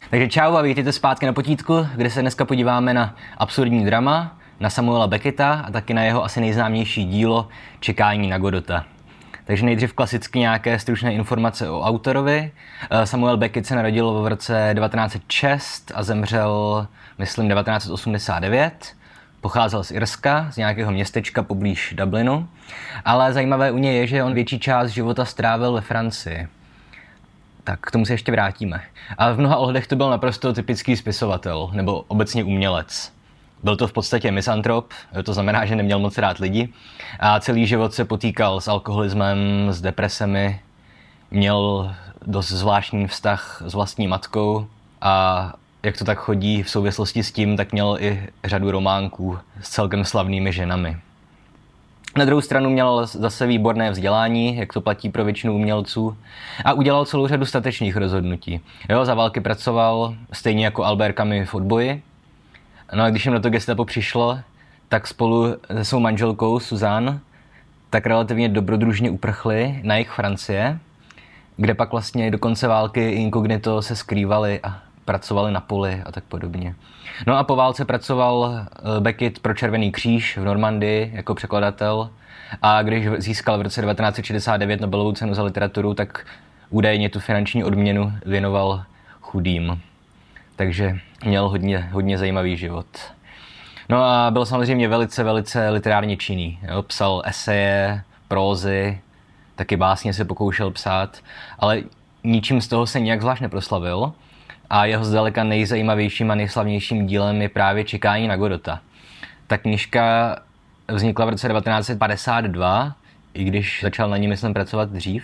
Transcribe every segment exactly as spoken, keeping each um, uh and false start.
Takže čau a vítejte zpátky na potítku, kde se dneska podíváme na absurdní drama, na Samuela Becketta a taky na jeho asi nejznámější dílo Čekání na Godota. Takže nejdřív klasicky nějaké stručné informace o autorovi. Samuel Beckett se narodil v roce devatenáct set šest a zemřel, myslím, devatenáct set osmdesát devět. Pocházel z Irska, z nějakého městečka poblíž Dublinu, ale zajímavé u něj je, že on větší část života strávil ve Francii. Tak k tomu se ještě vrátíme. A v mnoha ohledech to byl naprosto typický spisovatel, nebo obecně umělec. Byl to v podstatě misantrop, to znamená, že neměl moc rád lidi a celý život se potýkal s alkoholismem, s depresemi, měl dost zvláštní vztah s vlastní matkou a jak to tak chodí v souvislosti s tím, tak měl i řadu románků s celkem slavnými ženami. Na druhou stranu měl zase výborné vzdělání, jak to platí pro většinu umělců, a udělal celou řadu statečných rozhodnutí. Jo, za války pracoval stejně jako Albert Camus v odboji. No a když jim na to gestapo přišlo, tak spolu se svou manželkou Suzanne tak relativně dobrodružně uprchli na jih Francie, kde pak vlastně do konce války inkognito se skrývali a pracovali na poli a tak podobně. No a po válce pracoval Beckett pro Červený kříž v Normandii jako překladatel a když získal v roce devatenáct set šedesát devět Nobelovu cenu za literaturu, tak údajně tu finanční odměnu věnoval chudým. Takže měl hodně, hodně zajímavý život. No a byl samozřejmě velice, velice literárně činný. Jo, psal eseje, prózy, taky básně se pokoušel psát, ale ničím z toho se nijak zvlášť neproslavil. A jeho zdaleka nejzajímavějším a nejslavnějším dílem je právě Čekání na Godota. Ta knížka vznikla v roce devatenáct set padesát dva, i když začal na ní, myslím, pracovat dřív.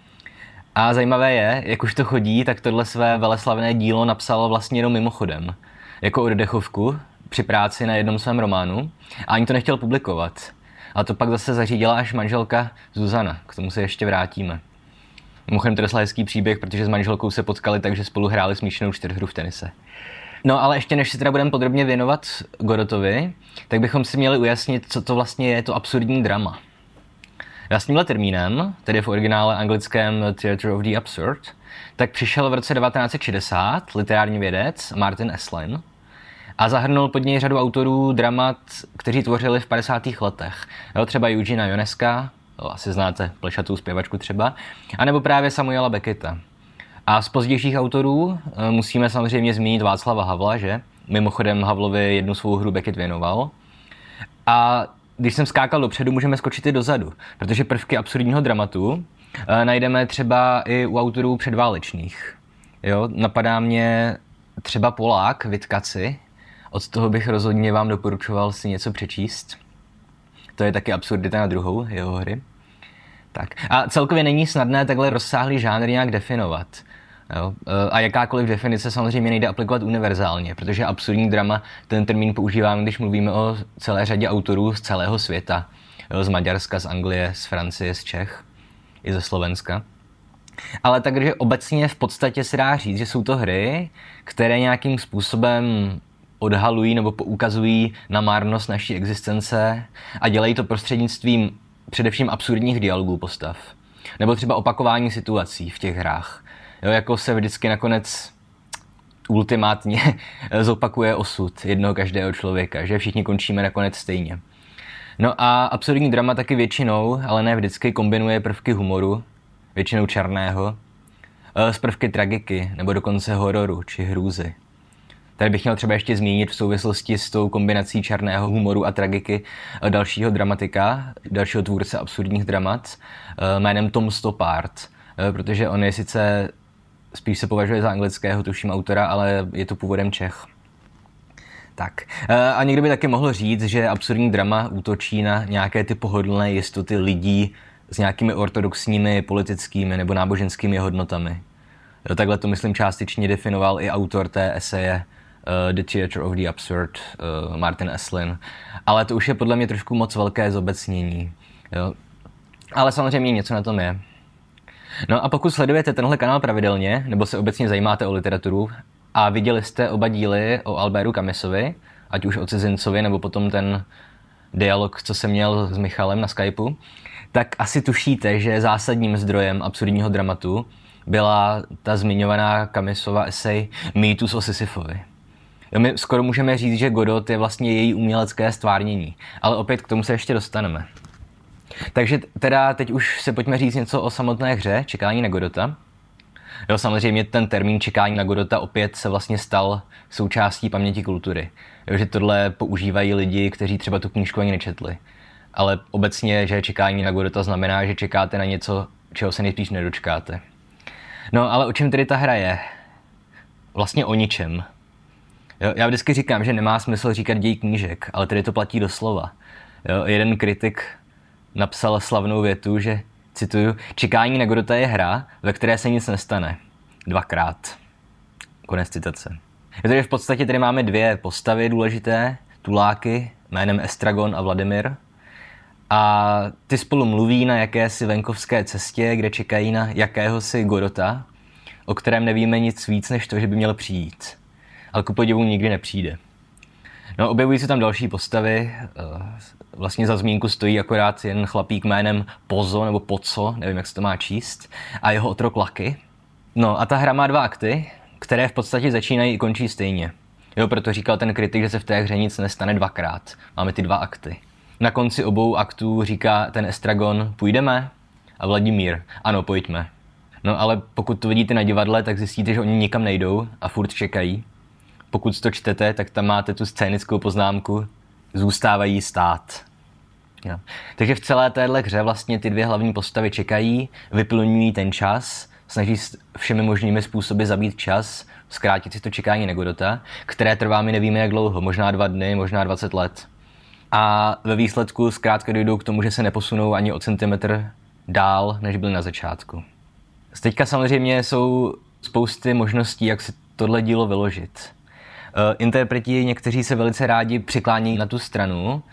A zajímavé je, jak už to chodí, tak tohle své veleslavné dílo napsal vlastně jenom mimochodem. Jako oddechovku při práci na jednom svém románu a ani to nechtěl publikovat. A to pak zase zařídila až manželka Zuzana, k tomu se ještě vrátíme. Mimochodem to je hezký příběh, protože s manželkou se potkali, takže spolu hráli smíšenou čtyřhru v tenise. No ale ještě než se teda budeme podrobně věnovat Godotovi, tak bychom si měli ujasnit, co to vlastně je to absurdní drama. Já s tímhle termínem, tedy v originále anglickém Theatre of the Absurd, tak přišel v roce devatenáct set šedesát literární vědec Martin Esslin a zahrnul pod něj řadu autorů dramat, kteří tvořili v padesátých letech. Jo, třeba Eugena Ionesca, asi znáte plešatou zpěvačku třeba, anebo právě Samuela Becketta. A z pozdějších autorů musíme samozřejmě zmínit Václava Havla, že? Mimochodem Havlovi jednu svou hru Beckett věnoval. A když jsem skákal dopředu, můžeme skočit i dozadu, protože prvky absurdního dramatu najdeme třeba i u autorů předválečných. Jo? Napadá mě třeba Polák, Vitkaci, od toho bych rozhodně vám doporučoval si něco přečíst. To je taky absurdita na druhou jeho hry. Tak. A celkově není snadné takhle rozsáhlý žánr nějak definovat. Jo? A jakákoliv definice samozřejmě nejde aplikovat univerzálně, protože absurdní drama, ten termín používáme, když mluvíme o celé řadě autorů z celého světa. Jo? Z Maďarska, z Anglie, z Francie, z Čech i ze Slovenska. Ale takže obecně v podstatě se dá říct, že jsou to hry, které nějakým způsobem odhalují nebo poukazují na márnost naší existence a dělají to prostřednictvím především absurdních dialogů postav. Nebo třeba opakování situací v těch hrách. Jo, jako se vždycky nakonec ultimátně zopakuje osud jednoho každého člověka, že všichni končíme nakonec stejně. No a absurdní drama taky většinou, ale ne vždycky, kombinuje prvky humoru, většinou černého, s prvky tragiky nebo dokonce hororu či hrůzy. Tady bych měl třeba ještě zmínit v souvislosti s tou kombinací černého humoru a tragiky dalšího dramatika, dalšího tvůrce absurdních dramat, jménem Tom Stoppard, protože on je sice, spíš se považuje za anglického, tuším, autora, ale je to původem Čech. Tak. A někdo by taky mohl říct, že absurdní drama útočí na nějaké ty pohodlné jistoty lidí s nějakými ortodoxními politickými nebo náboženskými hodnotami. Takhle to, myslím, částečně definoval i autor té eseje Uh, The Theatre of the Absurd, uh, Martin Esslin. Ale to už je podle mě trošku moc velké zobecnění. Jo? Ale samozřejmě něco na tom je. No a pokud sledujete tenhle kanál pravidelně, nebo se obecně zajímáte o literaturu a viděli jste oba díly o Albertu Camusovi, ať už o Cizincovi, nebo potom ten dialog, co jsem měl s Michalem na Skypeu, tak asi tušíte, že zásadním zdrojem absurdního dramatu byla ta zmiňovaná Kamisova esej Mýtus o Sisyfovi. My skoro můžeme říct, že Godot je vlastně její umělecké stvárnění, ale opět k tomu se ještě dostaneme. Takže teda teď už se pojďme říct něco o samotné hře Čekání na Godota. Jo, samozřejmě ten termín Čekání na Godota opět se vlastně stal součástí paměti kultury. Jo, že tohle používají lidi, kteří třeba tu knížku ani nečetli. Ale obecně, že Čekání na Godota znamená, že čekáte na něco, čeho se nejspíš nedočkáte. No, ale o čem tedy ta hra je? Vlastně o ničem. Jo, já vždycky říkám, že nemá smysl říkat děj knížek, ale tady to platí doslova. Jo, jeden kritik napsal slavnou větu, že, cituju, Čekání na Godota je hra, ve které se nic nestane. Dvakrát. Konec citace. Je to, že v podstatě tady máme dvě postavy důležité, tuláky jménem Estragon a Vladimir. A ty spolu mluví na jakési venkovské cestě, kde čekají na jakéhosi Godota, o kterém nevíme nic víc, než to, že by měl přijít. Ale ku podivu nikdy nepřijde. No, objevují se tam další postavy. Vlastně za zmínku stojí akorát jen chlapík jménem Pozo, nebo Poco, nevím, jak se to má číst, a jeho otrok Lucky. No a ta hra má dva akty, které v podstatě začínají i končí stejně. Jo, proto říkal ten kritik, že se v té hře nic nestane dvakrát. Máme ty dva akty. Na konci obou aktů říká ten Estragon, půjdeme? A Vladimír, ano, pojďme. No ale pokud to vidíte na divadle, tak zjistíte, že oni nikam nejdou a furt čekají. Pokud to čtete, tak tam máte tu scénickou poznámku, zůstávají stát. Jo. Takže v celé téhle hře vlastně ty dvě hlavní postavy čekají, vyplňují ten čas, snaží všemi možnými způsoby zabít čas, zkrátit si to čekání na Godota, které trvá my nevíme jak dlouho, možná dva dny, možná dvacet let. A ve výsledku zkrátka dojdou k tomu, že se neposunou ani o centimetr dál, než byli na začátku. Teďka samozřejmě jsou spousty možností, jak si tohle dílo vyložit. Interpreti někteří se velice rádi přiklání na tu stranu,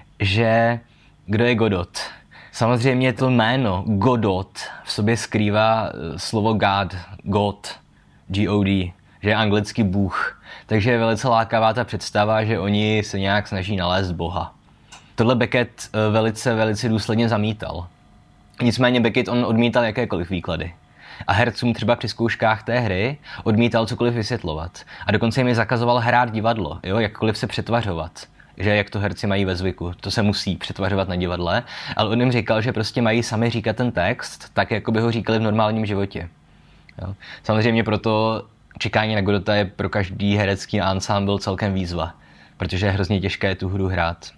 že kdo je Godot. Samozřejmě to jméno Godot v sobě skrývá slovo God, God, G O D, že je anglický bůh. Takže je velice lákavá ta představa, že oni se nějak snaží nalézt Boha. Tohle Beckett velice, velice důsledně zamítal. Nicméně Beckett on odmítal jakékoliv výklady. A hercům třeba při zkouškách té hry odmítal cokoliv vysvětlovat. A dokonce jim je zakazoval hrát divadlo, jo, jakkoliv se přetvařovat. Že jak to herci mají ve zvyku, to se musí přetvařovat na divadle. Ale on jim říkal, že prostě mají sami říkat ten text, tak jako by ho říkali v normálním životě. Jo. Samozřejmě proto Čekání na Godota je pro každý herecký ensemble celkem výzva, protože je hrozně těžké tu hru hrát.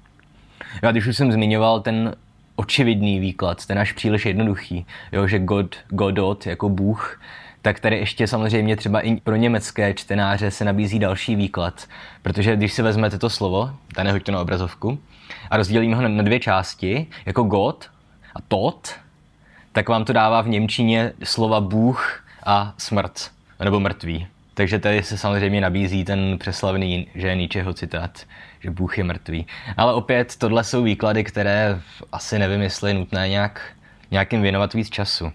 Já když už jsem zmiňoval ten očividný výklad, ten až příliš jednoduchý, jo, že God, Godot jako bůh, tak tady ještě samozřejmě třeba i pro německé čtenáře se nabízí další výklad, protože když si vezmete to slovo, tady nehoď to na obrazovku, a rozdělíme ho na dvě části, jako God a Tod, tak vám to dává v němčině slova bůh a smrt, nebo mrtvý. Takže tady se samozřejmě nabízí ten přeslavný, že je Nietzscheho citát, že Bůh je mrtvý. Ale opět tohle jsou výklady, které asi nevím, jestli je nutné nějak, nějakým věnovat víc času.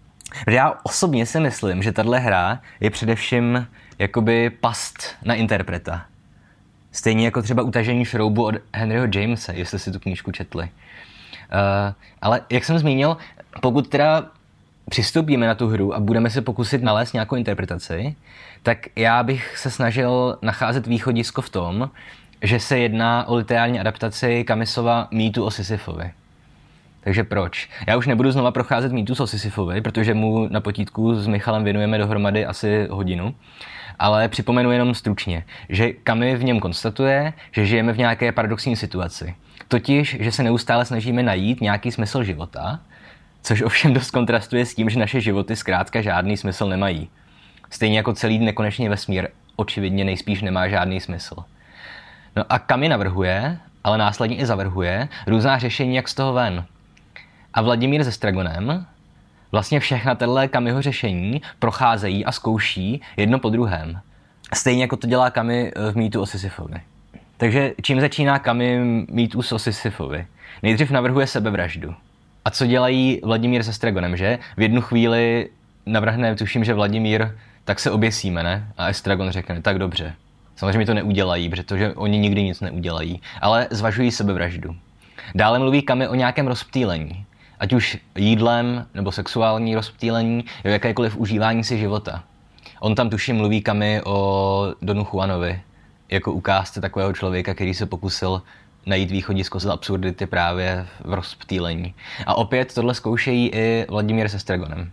Já osobně si myslím, že tahle hra je především jakoby past na interpreta. Stejně jako třeba Utažení šroubu od Henryho Jamese, jestli si tu knížku četli. Uh, ale jak jsem zmínil, pokud teda přistoupíme na tu hru a budeme se pokusit nalézt nějakou interpretaci, tak já bych se snažil nacházet východisko v tom, že se jedná o literární adaptaci Kamisova Mýtu o Sisyfovi. Takže proč? Já už nebudu znova procházet Mýtus o Sisyfovi, protože mu na potítku s Michalem věnujeme dohromady asi hodinu, ale připomenu jenom stručně, že Camus v něm konstatuje, že žijeme v nějaké paradoxní situaci. Totiž, že se neustále snažíme najít nějaký smysl života, což ovšem dost kontrastuje s tím, že naše životy zkrátka žádný smysl nemají. Stejně jako celý nekonečný vesmír očividně nejspíš nemá žádný smysl. No a Camus navrhuje, ale následně i zavrhuje různá řešení, jak z toho ven. A Vladimír se Estragonem vlastně všechna tato Camusho řešení procházejí a zkouší jedno po druhém. Stejně jako to dělá Camus v Mýtu o Sisyfovi. Takže čím začíná Camus Mýtus o Sisyfovi? Nejdřív navrhuje sebevraždu. A co dělají Vladimír se Estragonem, že? V jednu chvíli navrhne, tuším, že Vladimír, tak se oběsíme, ne? A Estragon řekne, tak dobře. Samozřejmě to neudělají, protože oni nikdy nic neudělají, ale zvažují sebevraždu. Dále mluví Camus o nějakém rozptýlení. A Ať už jídlem, nebo sexuální rozptýlení, jo, jakékoliv užívání si života. On tam tuším mluví Camus o Donu Juanovi, jako ukázce takového člověka, který se pokusil najít východisko z absurdity právě v rozptýlení. A opět tohle zkoušejí i Vladimír s Estragonem.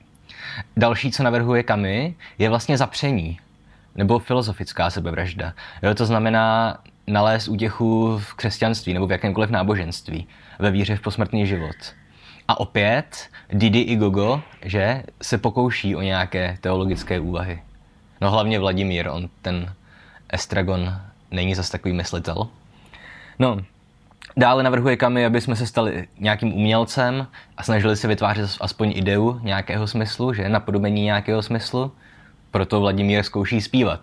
Další, co navrhuje Camus, je vlastně zapření, nebo filozofická sebevražda. Jo, to znamená nalézt útěchu v křesťanství nebo v jakémkoliv náboženství, ve víře v posmrtný život. A opět Didi i Gogo, že se pokouší o nějaké teologické úvahy. No hlavně Vladimír, on ten Estragon není zas takový myslitel. No, dále navrhuje Camus, aby jsme se stali nějakým umělcem a snažili se vytvářet aspoň ideu nějakého smyslu, že napodobení nějakého smyslu. Proto Vladimír zkouší zpívat.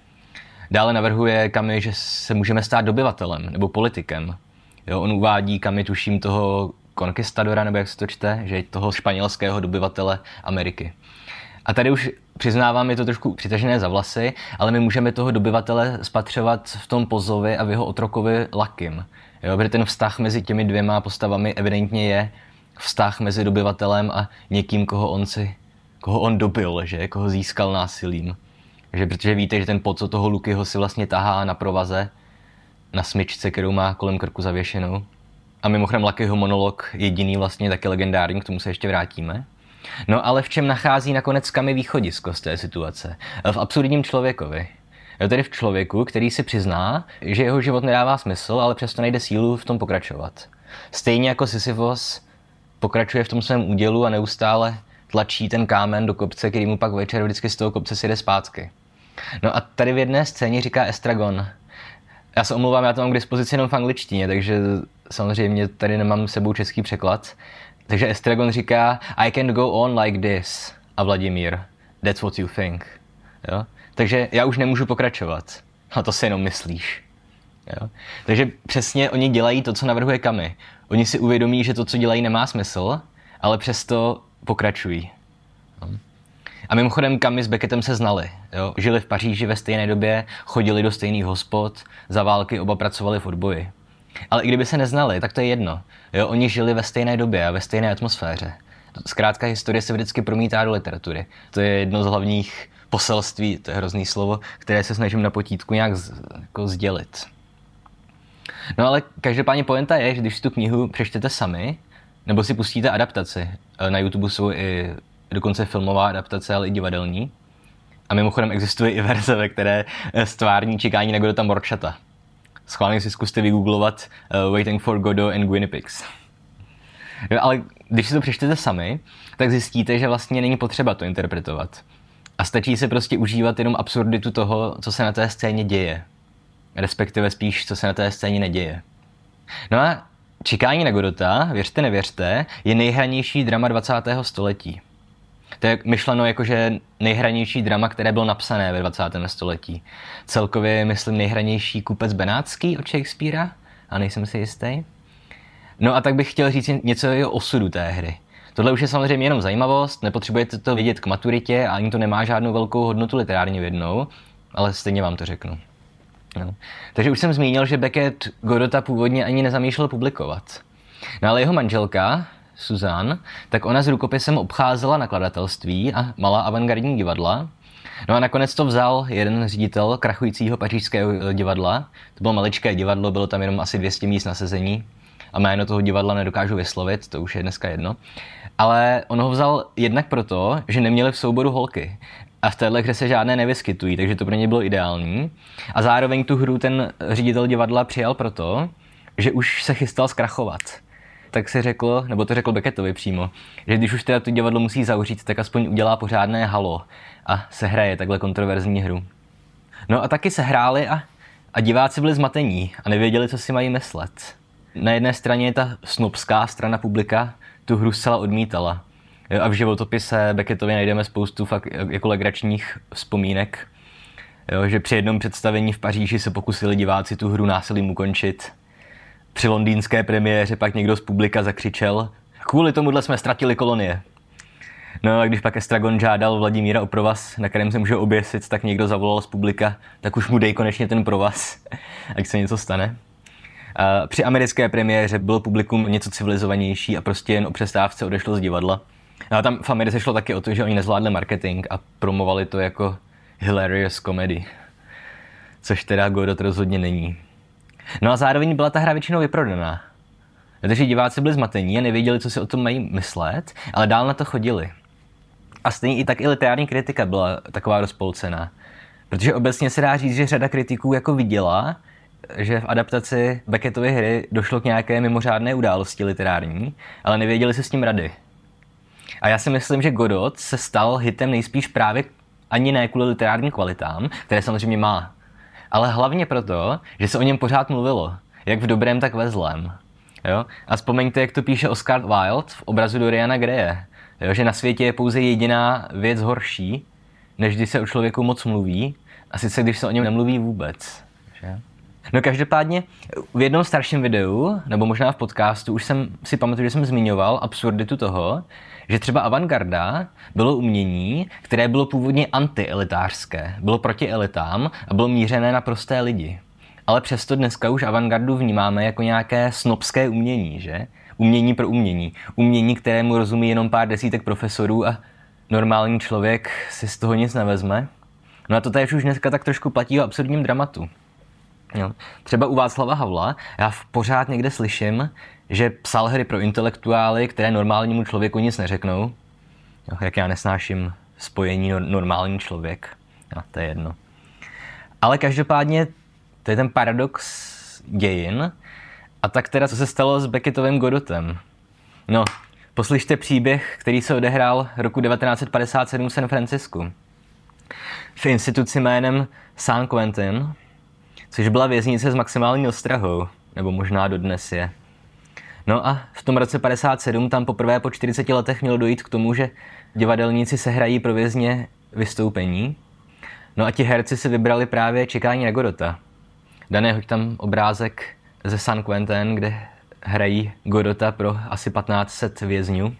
Dále navrhuje Camus, že se můžeme stát dobyvatelem nebo politikem. Jo, on uvádí Camus, tuším, toho konkistadora, nebo jak se to čte, že toho španělského dobyvatele Ameriky. A tady už přiznávám, je to trošku přitažené za vlasy, ale my můžeme toho dobyvatele spatřovat v tom Pozovi a v jeho otrokovi Lakym. Jo, protože ten vztah mezi těmi dvěma postavami evidentně je vztah mezi dobyvatelem a někým, koho on si, koho on dobil, že, koho získal násilím. Že, protože víte, že ten Pozo toho Lukyho si vlastně tahá na provaze, na smyčce, kterou má kolem krku zavěšenou. A mimochodem Luckyho monolog jediný vlastně taky legendární, k tomu se ještě vrátíme. No ale v čem nachází nakonec Camus východisko z té situace? V absurdním člověkovi. Jo, tedy v člověku, který si přizná, že jeho život nedává smysl, ale přesto najde sílu v tom pokračovat. Stejně jako Sisyfos pokračuje v tom svém údělu a neustále tlačí ten kámen do kopce, který mu pak večer vždycky z toho kopce si jde zpátky. No a tady v jedné scéně říká Estragon. Já se omlouvám, já to mám k dispozici jenom v angličtině, takže samozřejmě tady nemám s sebou český překlad. Takže Estragon říká, I can go on like this. A Vladimír, that's what you think. Jo? Takže já už nemůžu pokračovat. A to si jenom myslíš. Jo? Takže přesně oni dělají to, co navrhuje Camus. Oni si uvědomí, že to, co dělají, nemá smysl, ale přesto pokračují. Jo? A mimochodem Camus s Beckettem se znali. Jo? Žili v Paříži ve stejné době, chodili do stejných hospod, za války oba pracovali v odboji. Ale i kdyby se neznali, tak to je jedno. Jo? Oni žili ve stejné době a ve stejné atmosféře. Zkrátka historie se vždycky promítá do literatury. To je jedno z hlavních poselství, to je hrozný slovo, které se snažím na potítku nějak z, jako sdělit. No ale každopádně pointa je, že když si tu knihu přečtete sami, nebo si pustíte adaptaci, na YouTube jsou i dokonce filmová adaptace, ale i divadelní. A mimochodem existuje i verze, ve které stvární čekání na Godota Morčata. Schválně si zkuste vygooglovat uh, Waiting for Godot and Guinea Pigs. Jo, ale když si to přečtete sami, tak zjistíte, že vlastně není potřeba to interpretovat. A stačí se prostě užívat jenom absurditu toho, co se na té scéně děje. Respektive spíš, co se na té scéně neděje. No a Čekání na Godota, věřte nevěřte, je nejhranější drama dvacátého století. To je myšleno jakože nejhranější drama, které bylo napsané ve dvacátém století. Celkově je, myslím, nejhranější Kupec benátský od Shakespearea, a nejsem si jistý. No a tak bych chtěl říct něco o osudu té hry. Tohle už je samozřejmě jenom zajímavost, nepotřebujete to vidět k maturitě a ani to nemá žádnou velkou hodnotu literárně vědnou, ale stejně vám to řeknu. No. Takže už jsem zmínil, že Beckett Godota původně ani nezamýšlel publikovat. No ale jeho manželka, Suzanne, tak ona s rukopisem obcházela nakladatelství a malá avantgardní divadla. No a nakonec to vzal jeden ředitel krachujícího pařížského divadla. To bylo maličké divadlo, bylo tam jenom asi dvě stě míst na sezení. A jméno toho divadla nedokážu vyslovit, to už je dneska jedno. Ale on ho vzal jednak proto, že neměli v souboru holky. A v téhle hře se žádné nevyskytují, takže to pro ně bylo ideální. A zároveň tu hru ten ředitel divadla přijal proto, že už se chystal zkrachovat. Tak se řeklo, nebo to řekl Beckettovi přímo, že když už teda to divadlo musí zavřít, tak aspoň udělá pořádné halo a sehraje takhle kontroverzní hru. No a taky se hráli a, a diváci byli zmatení a nevěděli, co si mají myslet. Na jedné straně ta snobská strana publika tu hru zcela odmítala. A v životopise Beckettově najdeme spoustu fakt jako legračních vzpomínek, jo, že při jednom představení v Paříži se pokusili diváci tu hru násilím ukončit. Při londýnské premiéře pak někdo z publika zakřičel: kvůli tomuhle jsme ztratili kolonie. No a když pak Estragon žádal Vladimíra o provaz, na kterém se může oběsit, tak někdo zavolal z publika: tak už mu dej konečně ten provaz, ať se něco stane. Při americké premiéře bylo publikum něco civilizovanější a prostě jen o přestávce odešlo z divadla. A tam v Americe šlo taky o to, že oni nezvládli marketing a promovali to jako hilarious comedy. Což teda Godot rozhodně není. No a zároveň byla ta hra většinou vyprodaná. Takže diváci byli zmatení a nevěděli, co si o tom mají myslet, ale dál na to chodili. A stejně i tak i literární kritika byla taková rozpolcená. Protože obecně se dá říct, že řada kritiků jako viděla, že v adaptaci Beckettovy hry došlo k nějaké mimořádné události literární, ale nevěděli si s tím rady. A já si myslím, že Godot se stal hitem nejspíš právě ani ne kvůli literárním kvalitám, které samozřejmě má, ale hlavně proto, že se o něm pořád mluvilo, jak v dobrém, tak ve zlém. Jo? A vzpomeňte, jak to píše Oscar Wilde v obrazu Doriana Greje, jo? Že na světě je pouze jediná věc horší, než když se o člověku moc mluví, a sice když se o něm nemluví vůbec. Že? No každopádně v jednom starším videu, nebo možná v podcastu, už jsem si pamatuju, že jsem zmiňoval absurditu toho, že třeba avantgarda bylo umění, které bylo původně antielitářské, bylo proti elitám a bylo mířené na prosté lidi. Ale přesto dneska už avantgardu vnímáme jako nějaké snobské umění, že? Umění pro umění. Umění, kterému rozumí jenom pár desítek profesorů a normální člověk si z toho nic nevezme. No a to též už dneska tak trošku platí o absurdním dramatu. Jo. Třeba u Václava Havla já pořád někde slyším, že psal hry pro intelektuály, které normálnímu člověku nic neřeknou. Jo, jak já nesnáším spojení normální člověk. No, to je jedno. Ale každopádně to je ten paradox dějin. A tak teda, co se stalo s Beckettovým Godotem? No, poslyšte příběh, který se odehrál roku devatenáct set padesát sedm v San Francisku. V instituci jménem San Quentin, což byla věznice s maximální ostrahou, nebo možná dodnes je. No a v tom roce padesát sedm tam poprvé po čtyřiceti letech mělo dojít k tomu, že divadelníci sehrají pro vězně vystoupení. No a ti herci si vybrali právě Čekání na Godota. Dané hoď tam obrázek ze San Quentin, kde hrají Godota pro asi patnáct set vězňů.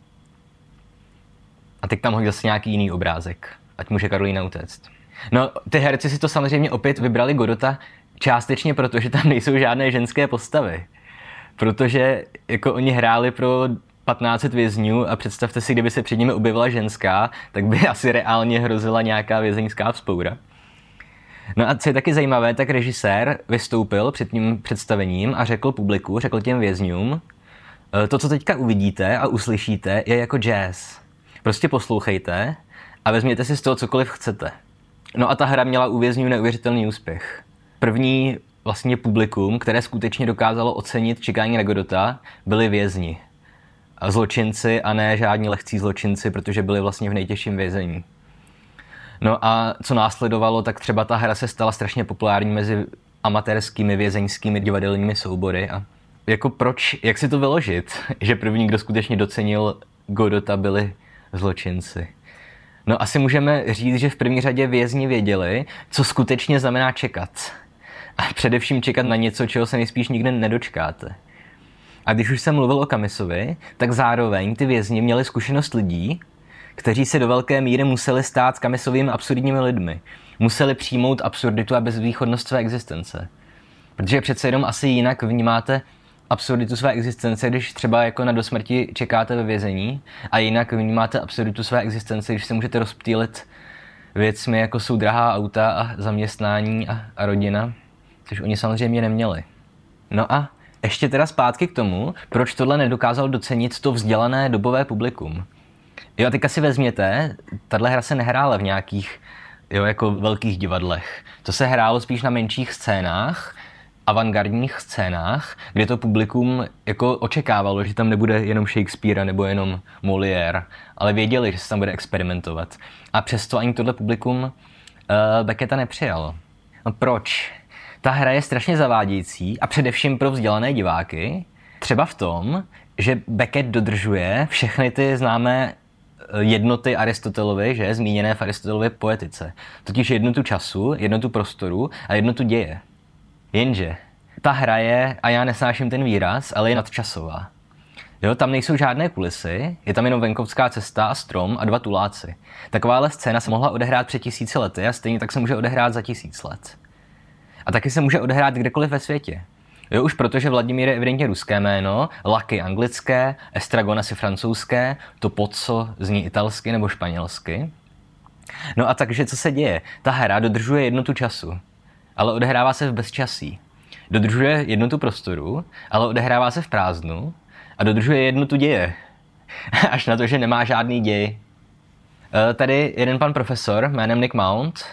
A teď tam hoď zase nějaký jiný obrázek, ať může Karolína utéct. No, ty herci si to samozřejmě opět vybrali Godota částečně proto, že tam nejsou žádné ženské postavy. Protože jako oni hráli pro patnáct set vězňů a představte si, kdyby se před nimi objevila ženská, tak by asi reálně hrozila nějaká vězeňská vzpoura. No a co je taky zajímavé, tak režisér vystoupil před tím představením a řekl publiku, řekl těm vězňům, to, co teďka uvidíte a uslyšíte, je jako jazz. Prostě poslouchejte a vezměte si z toho cokoliv chcete. No a ta hra měla u vězňů neuvěřitelný úspěch. První vlastně publikum, které skutečně dokázalo ocenit Čekání na Godota, byli vězni. A zločinci a ne žádní lehcí zločinci, protože byli vlastně v nejtěžším vězení. No a co následovalo, tak třeba ta hra se stala strašně populární mezi amatérskými vězeňskými divadelními soubory. A jako proč, jak si to vyložit, že první, kdo skutečně docenil Godota, byli zločinci? No asi můžeme říct, že v první řadě vězni věděli, co skutečně znamená čekat. A především čekat na něco, čeho se nejspíš nikdy nedočkáte. A když už jsem mluvil o Camisovi, tak zároveň ty vězni měli zkušenost lidí, kteří se do velké míry museli stát s Camisovými absurdními lidmi. Museli přijmout absurditu a bezvýchodnost své existence. Protože přece jenom asi jinak vnímáte absurditu své existence, když třeba jako na dosmrti čekáte ve vězení, a jinak vnímáte absurditu své existence, když se můžete rozptýlit věcmi, jako jsou drahá auta a zaměstnání a, a rodina, což oni samozřejmě neměli. No a ještě teda zpátky k tomu, proč tohle nedokázal docenit to vzdělané dobové publikum. Jo, a teďka si vezměte, tahle hra se nehrála v nějakých jo, jako velkých divadlech. To se hrálo spíš na menších scénách, avantgardních scénách, kde to publikum jako očekávalo, že tam nebude jenom Shakespeare nebo jenom Molière, ale věděli, že se tam bude experimentovat. A přesto ani tohle publikum uh, Becketta nepřijalo. No proč? Ta hra je strašně zavádějící a především pro vzdělané diváky, třeba v tom, že Beckett dodržuje všechny ty známé jednoty Aristotelovy, že zmíněné v Aristotelově poetice. Totiž jednotu času, jednotu prostoru a jednotu děje. Jenže ta hra je, a já nesnáším ten výraz, ale je nadčasová. Jo, tam nejsou žádné kulisy, je tam jenom venkovská cesta a strom a dva tuláci. Takováhle scéna se mohla odehrát před tisíci lety a stejně tak se může odehrát za tisíc let. A taky se může odehrát kdekoliv ve světě. Jo, už protože Vladimír je evidentně ruské jméno, Lucky anglické, Estragon asi francouzské, to Pozzo zní italsky nebo španělsky. No a takže co se děje? Ta hra dodržuje jednotu času, ale odehrává se v bezčasí. Dodržuje jednotu prostoru, ale odehrává se v prázdnu a dodržuje jednotu děje. Až na to, že nemá žádný děj. Tady jeden pan profesor jménem Nick Mount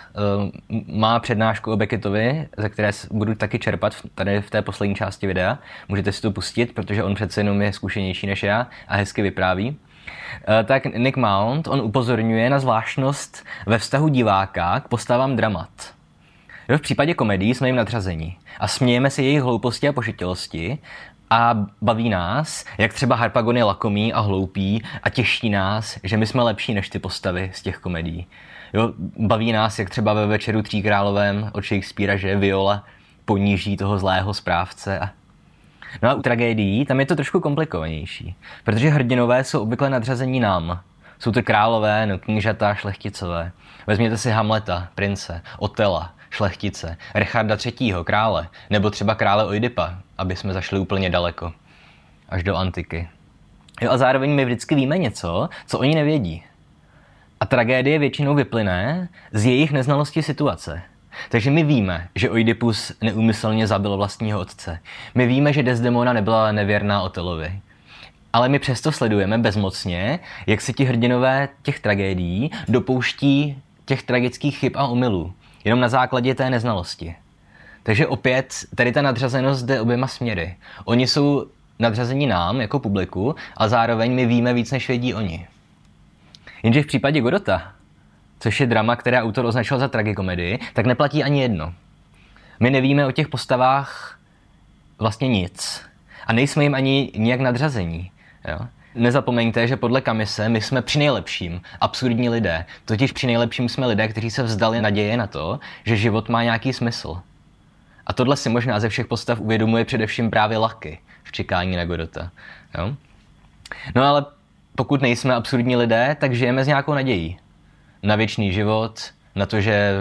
má přednášku o Beckettovi, ze které budu taky čerpat tady v té poslední části videa. Můžete si to pustit, protože on přece jenom je zkušenější než já a hezky vypráví. Tak Nick Mount, on upozorňuje na zvláštnost ve vztahu diváka k postavám dramat. Jo, v případě komedií jsme jim nadřazení a smějeme si jejich hlouposti a pošetilosti a baví nás, jak třeba Harpagon je lakomý a hloupý a těší nás, že my jsme lepší než ty postavy z těch komedií. Jo, baví nás, jak třeba ve Večeru tří královém od Shakespearea, že Viola poníží toho zlého správce. A... No a u tragédií tam je to trošku komplikovanější, protože hrdinové jsou obvykle nadřazení nám. Jsou to králové, no knížata, šlechticové. Vezměte si Hamleta, prince, Otela, šlechtice, Richarda třetího, krále, nebo třeba krále Oidipa, aby jsme zašli úplně daleko, až do antiky. Jo, a zároveň my vždycky víme něco, co oni nevědí. A tragédie většinou vyplyne z jejich neznalosti situace. Takže my víme, že Oidipus neúmyslně zabil vlastního otce. My víme, že Desdemona nebyla nevěrná Otelovi. Ale my přesto sledujeme bezmocně, jak se ti hrdinové těch tragédií dopouští těch tragických chyb a omylů. Jenom na základě té neznalosti. Takže opět tady ta nadřazenost jde oběma směry. Oni jsou nadřazení nám jako publiku a zároveň my víme víc, než vědí oni. Jenže v případě Godota, což je drama, které autor označil za tragikomedii, tak neplatí ani jedno. My nevíme o těch postavách vlastně nic. A nejsme jim ani nijak nadřazení. Jo? Nezapomeňte, že podle Camise my jsme při nejlepším absurdní lidé. Totiž při nejlepším jsme lidé, kteří se vzdali naděje na to, že život má nějaký smysl. A tohle si možná ze všech postav uvědomuje především právě Lucky v Čekání na Godota. Jo? No ale pokud nejsme absurdní lidé, tak žijeme s nějakou nadějí. Na věčný život, na to, že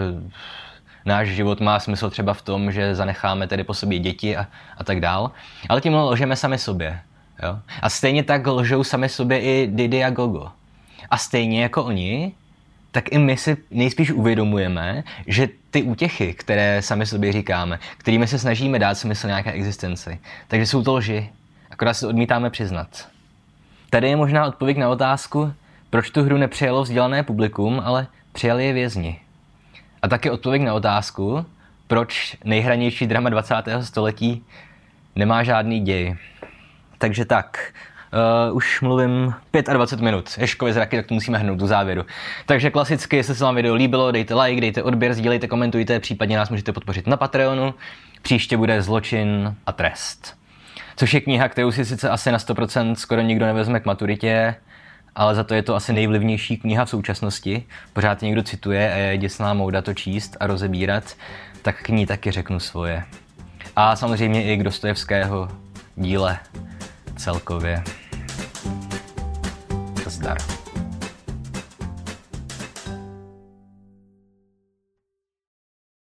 náš život má smysl třeba v tom, že zanecháme tedy po sobě děti a, a tak dál. Ale tím lžeme sami sobě. Jo? A stejně tak lžou sami sobě i Didi a Gogo. A stejně jako oni, tak i my si nejspíš uvědomujeme, že ty útěchy, které sami sobě říkáme, kterými se snažíme dát smysl nějaké existenci, takže jsou to lži, akorát si to odmítáme přiznat. Tady je možná odpověď na otázku, proč tu hru nepřijalo vzdělané publikum, ale přijali je vězni. A taky odpověď na otázku, proč nejhranější drama dvacátého století nemá žádný děj. Takže tak, uh, už mluvím dvacet pět minut. Ježkovi zraky, tak to musíme hrnout do závěru. Takže klasicky, jestli se vám video líbilo, dejte like, dejte odběr, sdílejte, komentujte, případně nás můžete podpořit na Patreonu. Příště bude Zločin a trest. Což je kniha, kterou si sice asi na sto procent skoro nikdo nevezme k maturitě, ale za to je to asi nejvlivnější kniha v současnosti. Pořád někdo cituje a je děsná mouda to číst a rozebírat, tak k ní taky řeknu svoje. A samozřejmě i k Dostojevského díle celkově. Zdar.